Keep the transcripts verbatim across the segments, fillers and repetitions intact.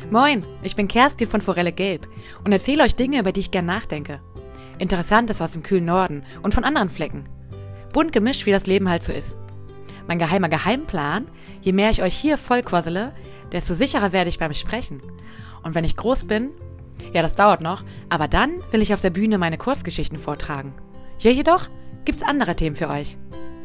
Moin, ich bin Kerstin von Forelle Gelb und erzähle euch Dinge, über die ich gern nachdenke. Interessantes aus dem kühlen Norden und von anderen Flecken. Bunt gemischt, wie das Leben halt so ist. Mein geheimer Geheimplan: je mehr ich euch hier vollquassele, desto sicherer werde ich beim Sprechen. Und wenn ich groß bin, ja, das dauert noch, aber dann will ich auf der Bühne meine Kurzgeschichten vortragen. Hier jedoch gibt's andere Themen für euch.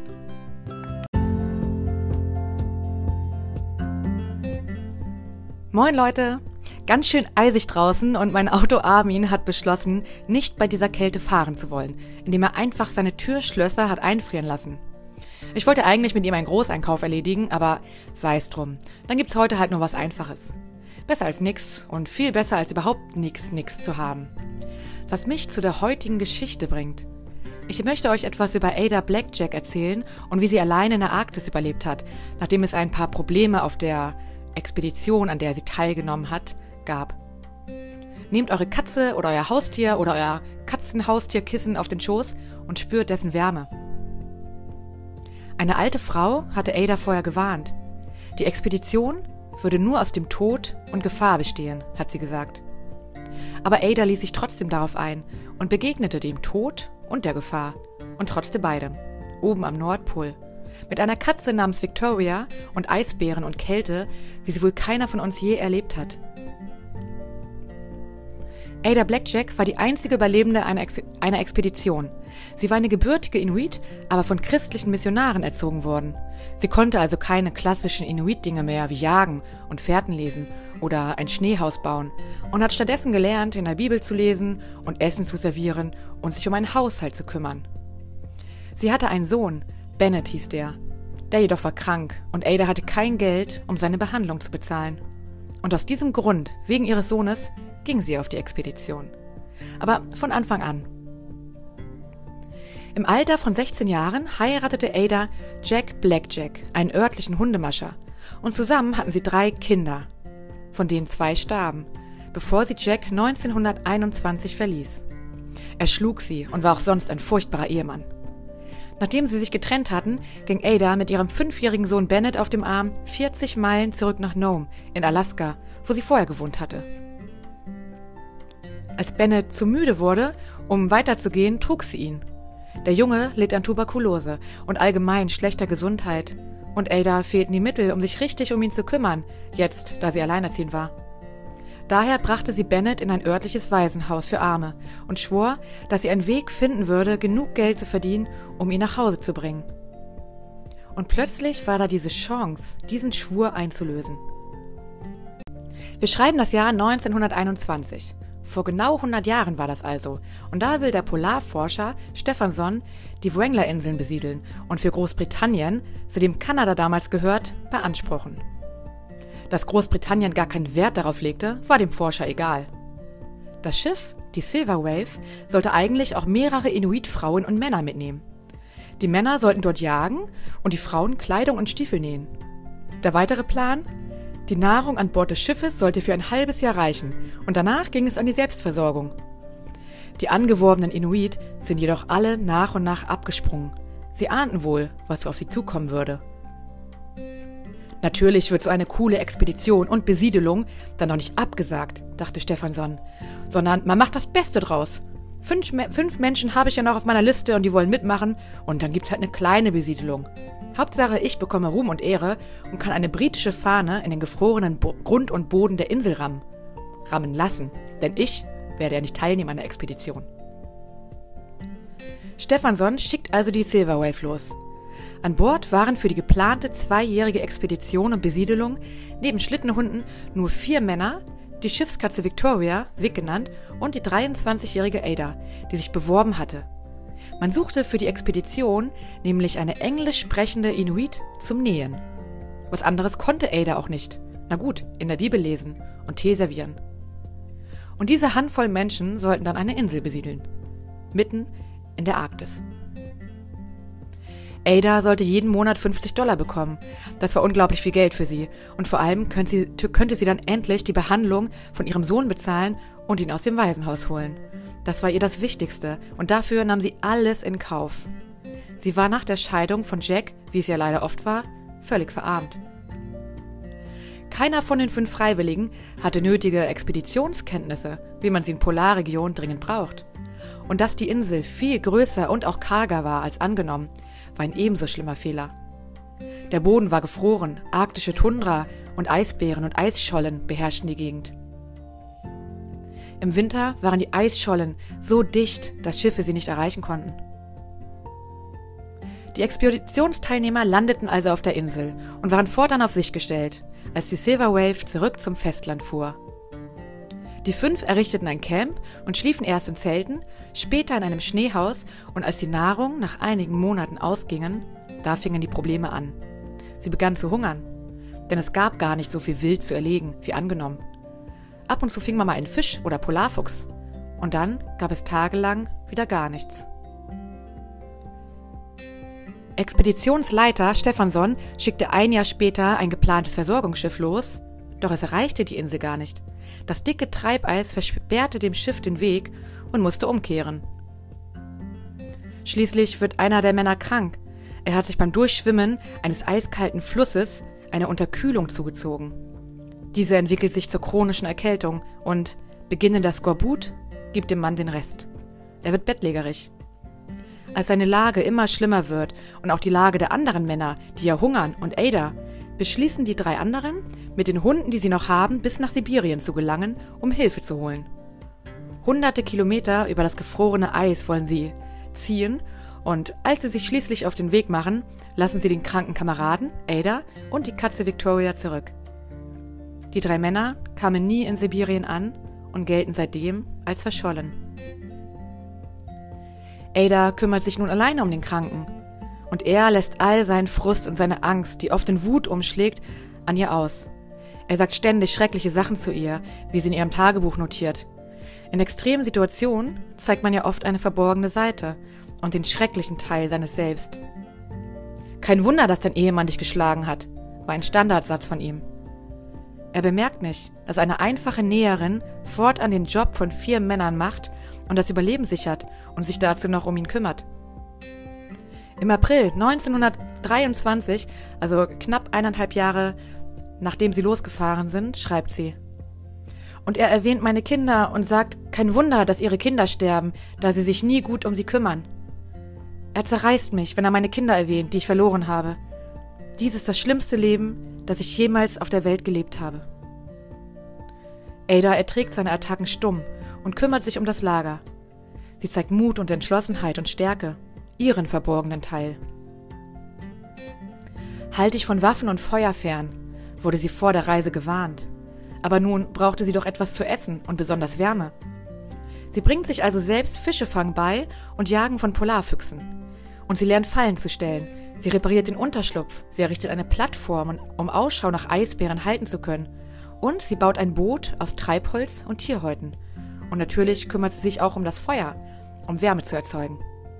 Moin Leute! Ganz schön eisig draußen und mein Auto Armin hat beschlossen, nicht bei dieser Kälte fahren zu wollen, indem er einfach seine Türschlösser hat einfrieren lassen. Ich wollte eigentlich mit ihm einen Großeinkauf erledigen, aber sei es drum. Dann gibt's heute halt nur was Einfaches. Besser als nix und viel besser als überhaupt nix, nix zu haben. Was mich zu der heutigen Geschichte bringt. Ich möchte euch etwas über Ada Blackjack erzählen und wie sie allein in der Arktis überlebt hat, nachdem es ein paar Probleme auf der Expedition, an der sie teilgenommen hat, gab. Nehmt eure Katze oder euer Haustier oder euer Katzenhaustierkissen auf den Schoß und spürt dessen Wärme. Eine alte Frau hatte Ada vorher gewarnt. Die Expedition würde nur aus dem Tod und Gefahr bestehen, hat sie gesagt. Aber Ada ließ sich trotzdem darauf ein und begegnete dem Tod und der Gefahr und trotzte beidem, oben am Nordpol. Mit einer Katze namens Victoria und Eisbären und Kälte, wie sie wohl keiner von uns je erlebt hat. Ada Blackjack war die einzige Überlebende einer, Ex- einer Expedition. Sie war eine gebürtige Inuit, aber von christlichen Missionaren erzogen worden. Sie konnte also keine klassischen Inuit-Dinge mehr wie Jagen und Fährten lesen oder ein Schneehaus bauen und hat stattdessen gelernt, in der Bibel zu lesen und Essen zu servieren und sich um einen Haushalt zu kümmern. Sie hatte einen Sohn, Bennett hieß der. Der jedoch war krank und Ada hatte kein Geld, um seine Behandlung zu bezahlen. Und aus diesem Grund, wegen ihres Sohnes, ging sie auf die Expedition. Aber von Anfang an. Im Alter von sechzehn Jahren heiratete Ada Jack Blackjack, einen örtlichen Hundemascher, und zusammen hatten sie drei Kinder, von denen zwei starben, bevor sie Jack neunzehnhunderteinundzwanzig verließ. Er schlug sie und war auch sonst ein furchtbarer Ehemann. Nachdem sie sich getrennt hatten, ging Ada mit ihrem fünfjährigen Sohn Bennett auf dem Arm vierzig Meilen zurück nach Nome in Alaska, wo sie vorher gewohnt hatte. Als Bennett zu müde wurde, um weiterzugehen, trug sie ihn. Der Junge litt an Tuberkulose und allgemein schlechter Gesundheit. Und Ada fehlten die Mittel, um sich richtig um ihn zu kümmern, jetzt, da sie alleinerziehend war. Daher brachte sie Bennett in ein örtliches Waisenhaus für Arme und schwor, dass sie einen Weg finden würde, genug Geld zu verdienen, um ihn nach Hause zu bringen. Und plötzlich war da diese Chance, diesen Schwur einzulösen. Wir schreiben das Jahr neunzehnhunderteinundzwanzig. Vor genau hundert Jahren war das also, und da will der Polarforscher Stephenson die Wrangler-Inseln besiedeln und für Großbritannien, zu dem Kanada damals gehört, beanspruchen. Dass Großbritannien gar keinen Wert darauf legte, war dem Forscher egal. Das Schiff, die Silver Wave, sollte eigentlich auch mehrere Inuit-Frauen und Männer mitnehmen. Die Männer sollten dort jagen und die Frauen Kleidung und Stiefel nähen. Der weitere Plan? Die Nahrung an Bord des Schiffes sollte für ein halbes Jahr reichen und danach ging es an die Selbstversorgung. Die angeworbenen Inuit sind jedoch alle nach und nach abgesprungen. Sie ahnten wohl, was auf sie zukommen würde. Natürlich wird so eine coole Expedition und Besiedelung dann noch nicht abgesagt, dachte Stephenson, sondern man macht das Beste draus. Fünf, fünf Menschen habe ich ja noch auf meiner Liste und die wollen mitmachen und dann gibt's halt eine kleine Besiedelung. Hauptsache, ich bekomme Ruhm und Ehre und kann eine britische Fahne in den gefrorenen Bo- Grund und Boden der Insel rammen. Rammen lassen, denn ich werde ja nicht teilnehmen an der Expedition. Stephenson schickt also die Silver Wave los. An Bord waren für die geplante zweijährige Expedition und Besiedelung neben Schlittenhunden nur vier Männer, die Schiffskatze Victoria, Vic genannt, und die dreiundzwanzigjährige Ada, die sich beworben hatte. Man suchte für die Expedition nämlich eine englisch sprechende Inuit zum Nähen. Was anderes konnte Ada auch nicht. Na gut, in der Bibel lesen und Tee servieren. Und diese Handvoll Menschen sollten dann eine Insel besiedeln. Mitten in der Arktis. Ada sollte jeden Monat fünfzig Dollar bekommen. Das war unglaublich viel Geld für sie. Und vor allem könnte sie, könnte sie dann endlich die Behandlung von ihrem Sohn bezahlen und ihn aus dem Waisenhaus holen. Das war ihr das Wichtigste und dafür nahm sie alles in Kauf. Sie war nach der Scheidung von Jack, wie es ja leider oft war, völlig verarmt. Keiner von den fünf Freiwilligen hatte nötige Expeditionskenntnisse, wie man sie in Polarregionen dringend braucht. Und dass die Insel viel größer und auch karger war als angenommen, war ein ebenso schlimmer Fehler. Der Boden war gefroren, arktische Tundra und Eisbären und Eisschollen beherrschten die Gegend. Im Winter waren die Eisschollen so dicht, dass Schiffe sie nicht erreichen konnten. Die Expeditionsteilnehmer landeten also auf der Insel und waren fortan auf sich gestellt, als die Silver Wave zurück zum Festland fuhr. Die fünf errichteten ein Camp und schliefen erst in Zelten, später in einem Schneehaus, und als die Nahrung nach einigen Monaten ausgingen, da fingen die Probleme an. Sie begannen zu hungern, denn es gab gar nicht so viel Wild zu erlegen, wie angenommen. Ab und zu fing man mal einen Fisch oder Polarfuchs, und dann gab es tagelang wieder gar nichts. Expeditionsleiter Stefansson schickte ein Jahr später ein geplantes Versorgungsschiff los, doch es erreichte die Insel gar nicht. Das dicke Treibeis versperrte dem Schiff den Weg und musste umkehren. Schließlich wird einer der Männer krank. Er hat sich beim Durchschwimmen eines eiskalten Flusses eine Unterkühlung zugezogen. Diese entwickelt sich zur chronischen Erkältung und, beginnender Skorbut, gibt dem Mann den Rest. Er wird bettlägerig. Als seine Lage immer schlimmer wird und auch die Lage der anderen Männer, die ja hungern, und Ada, beschließen die drei anderen, mit den Hunden, die sie noch haben, bis nach Sibirien zu gelangen, um Hilfe zu holen. Hunderte Kilometer über das gefrorene Eis wollen sie ziehen, und als sie sich schließlich auf den Weg machen, lassen sie den kranken Kameraden, Ada, und die Katze Victoria zurück. Die drei Männer kamen nie in Sibirien an und gelten seitdem als verschollen. Ada kümmert sich nun alleine um den Kranken, und er lässt all seinen Frust und seine Angst, die oft in Wut umschlägt, an ihr aus. Er sagt ständig schreckliche Sachen zu ihr, wie sie in ihrem Tagebuch notiert. In extremen Situationen zeigt man ja oft eine verborgene Seite und den schrecklichen Teil seines Selbst. »Kein Wunder, dass dein Ehemann dich geschlagen hat«, war ein Standardsatz von ihm. Er bemerkt nicht, dass eine einfache Näherin fortan den Job von vier Männern macht und das Überleben sichert und sich dazu noch um ihn kümmert. Im April neunzehnhundertdreiundzwanzig, also knapp eineinhalb Jahre nachdem sie losgefahren sind, schreibt sie: Und er erwähnt meine Kinder und sagt, kein Wunder, dass ihre Kinder sterben, da sie sich nie gut um sie kümmern. Er zerreißt mich, wenn er meine Kinder erwähnt, die ich verloren habe. Dies ist das schlimmste Leben, das ich jemals auf der Welt gelebt habe. Ada erträgt seine Attacken stumm und kümmert sich um das Lager. Sie zeigt Mut und Entschlossenheit und Stärke, ihren verborgenen Teil. Halt dich von Waffen und Feuer fern, wurde sie vor der Reise gewarnt. Aber nun brauchte sie doch etwas zu essen und besonders Wärme. Sie bringt sich also selbst Fischefang bei und Jagen von Polarfüchsen. Und sie lernt Fallen zu stellen. Sie repariert den Unterschlupf, sie errichtet eine Plattform, um Ausschau nach Eisbären halten zu können. Und sie baut ein Boot aus Treibholz und Tierhäuten. Und natürlich kümmert sie sich auch um das Feuer, um Wärme zu erzeugen.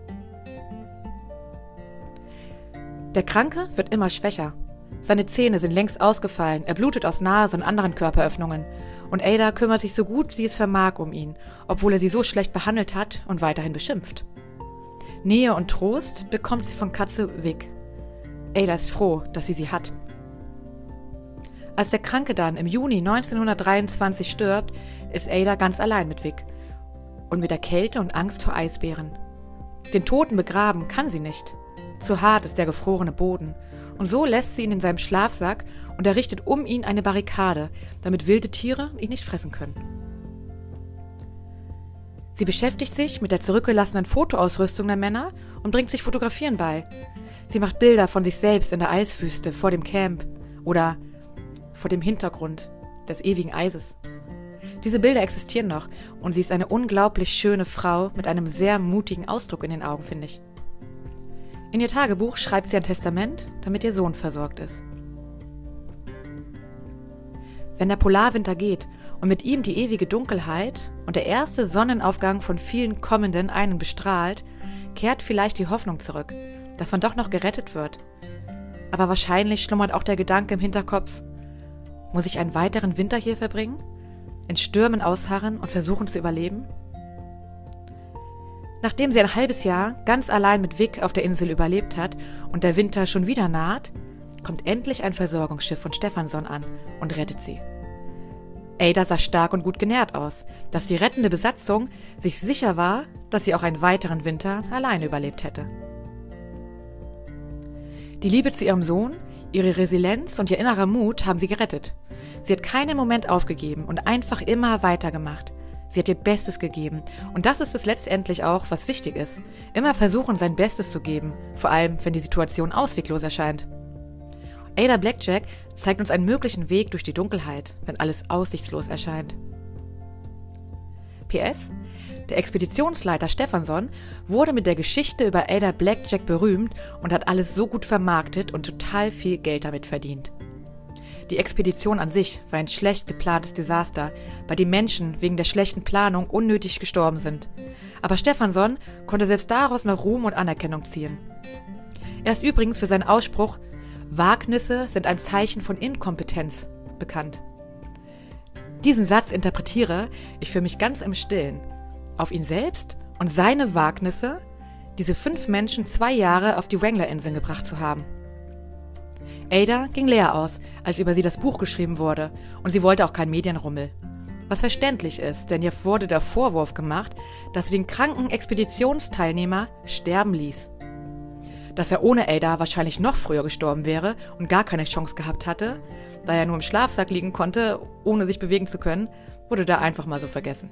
Der Kranke wird immer schwächer. Seine Zähne sind längst ausgefallen, er blutet aus Nase und anderen Körperöffnungen. Und Ada kümmert sich so gut sie es vermag um ihn, obwohl er sie so schlecht behandelt hat und weiterhin beschimpft. Nähe und Trost bekommt sie von Katze Vic. Ada ist froh, dass sie sie hat. Als der Kranke dann im Juni neunzehnhundertdreiundzwanzig stirbt, ist Ada ganz allein mit Vic und mit der Kälte und Angst vor Eisbären. Den Toten begraben kann sie nicht. Zu hart ist der gefrorene Boden. Und so lässt sie ihn in seinem Schlafsack und errichtet um ihn eine Barrikade, damit wilde Tiere ihn nicht fressen können. Sie beschäftigt sich mit der zurückgelassenen Fotoausrüstung der Männer und bringt sich Fotografieren bei. Sie macht Bilder von sich selbst in der Eiswüste vor dem Camp oder vor dem Hintergrund des ewigen Eises. Diese Bilder existieren noch und sie ist eine unglaublich schöne Frau mit einem sehr mutigen Ausdruck in den Augen, finde ich. In ihr Tagebuch schreibt sie ein Testament, damit ihr Sohn versorgt ist. Wenn der Polarwinter geht und mit ihm die ewige Dunkelheit und der erste Sonnenaufgang von vielen kommenden einen bestrahlt, kehrt vielleicht die Hoffnung zurück, dass man doch noch gerettet wird. Aber wahrscheinlich schlummert auch der Gedanke im Hinterkopf, muss ich einen weiteren Winter hier verbringen? In Stürmen ausharren und versuchen zu überleben? Nachdem sie ein halbes Jahr ganz allein mit Vic auf der Insel überlebt hat und der Winter schon wieder naht, kommt endlich ein Versorgungsschiff von Stephanson an und rettet sie. Ada sah stark und gut genährt aus, dass die rettende Besatzung sich sicher war, dass sie auch einen weiteren Winter alleine überlebt hätte. Die Liebe zu ihrem Sohn, ihre Resilienz und ihr innerer Mut haben sie gerettet. Sie hat keinen Moment aufgegeben und einfach immer weitergemacht. Sie hat ihr Bestes gegeben. Und das ist es letztendlich auch, was wichtig ist. Immer versuchen, sein Bestes zu geben, vor allem, wenn die Situation ausweglos erscheint. Ada Blackjack zeigt uns einen möglichen Weg durch die Dunkelheit, wenn alles aussichtslos erscheint. P S. Der Expeditionsleiter Stephanson wurde mit der Geschichte über Ada Blackjack berühmt und hat alles so gut vermarktet und total viel Geld damit verdient. Die Expedition an sich war ein schlecht geplantes Desaster, bei dem Menschen wegen der schlechten Planung unnötig gestorben sind. Aber Stephanson konnte selbst daraus noch Ruhm und Anerkennung ziehen. Er ist übrigens für seinen Ausspruch „Wagnisse sind ein Zeichen von Inkompetenz" bekannt. Diesen Satz interpretiere ich für mich ganz im Stillen auf ihn selbst und seine Wagnisse, diese fünf Menschen zwei Jahre auf die Wrangler-Inseln gebracht zu haben. Ada ging leer aus, als über sie das Buch geschrieben wurde, und sie wollte auch keinen Medienrummel. Was verständlich ist, denn ihr wurde der Vorwurf gemacht, dass sie den kranken Expeditionsteilnehmer sterben ließ. Dass er ohne Ada wahrscheinlich noch früher gestorben wäre und gar keine Chance gehabt hatte, da er nur im Schlafsack liegen konnte, ohne sich bewegen zu können, wurde da einfach mal so vergessen.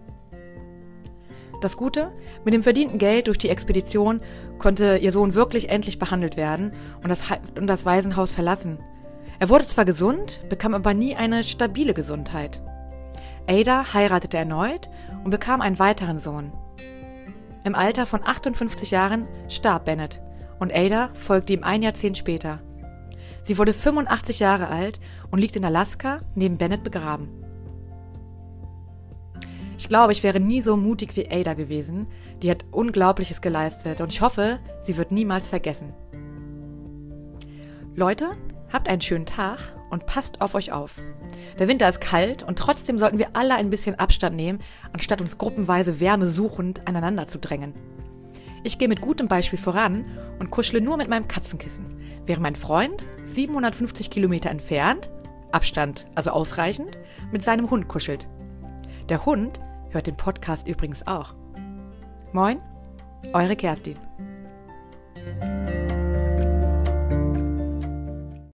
Das Gute, mit dem verdienten Geld durch die Expedition konnte ihr Sohn wirklich endlich behandelt werden und das, und das Waisenhaus verlassen. Er wurde zwar gesund, bekam aber nie eine stabile Gesundheit. Ada heiratete erneut und bekam einen weiteren Sohn. Im Alter von achtundfünfzig Jahren starb Bennett und Ada folgte ihm ein Jahrzehnt später. Sie wurde fünfundachtzig Jahre alt und liegt in Alaska neben Bennett begraben. Ich glaube, ich wäre nie so mutig wie Ada gewesen. Die hat Unglaubliches geleistet und ich hoffe, sie wird niemals vergessen. Leute, habt einen schönen Tag und passt auf euch auf. Der Winter ist kalt und trotzdem sollten wir alle ein bisschen Abstand nehmen, anstatt uns gruppenweise wärmesuchend aneinander zu drängen. Ich gehe mit gutem Beispiel voran und kuschele nur mit meinem Katzenkissen, während mein Freund, siebenhundertfünfzig Kilometer entfernt, Abstand also ausreichend, mit seinem Hund kuschelt. Der Hund hört den Podcast übrigens auch. Moin, eure Kerstin.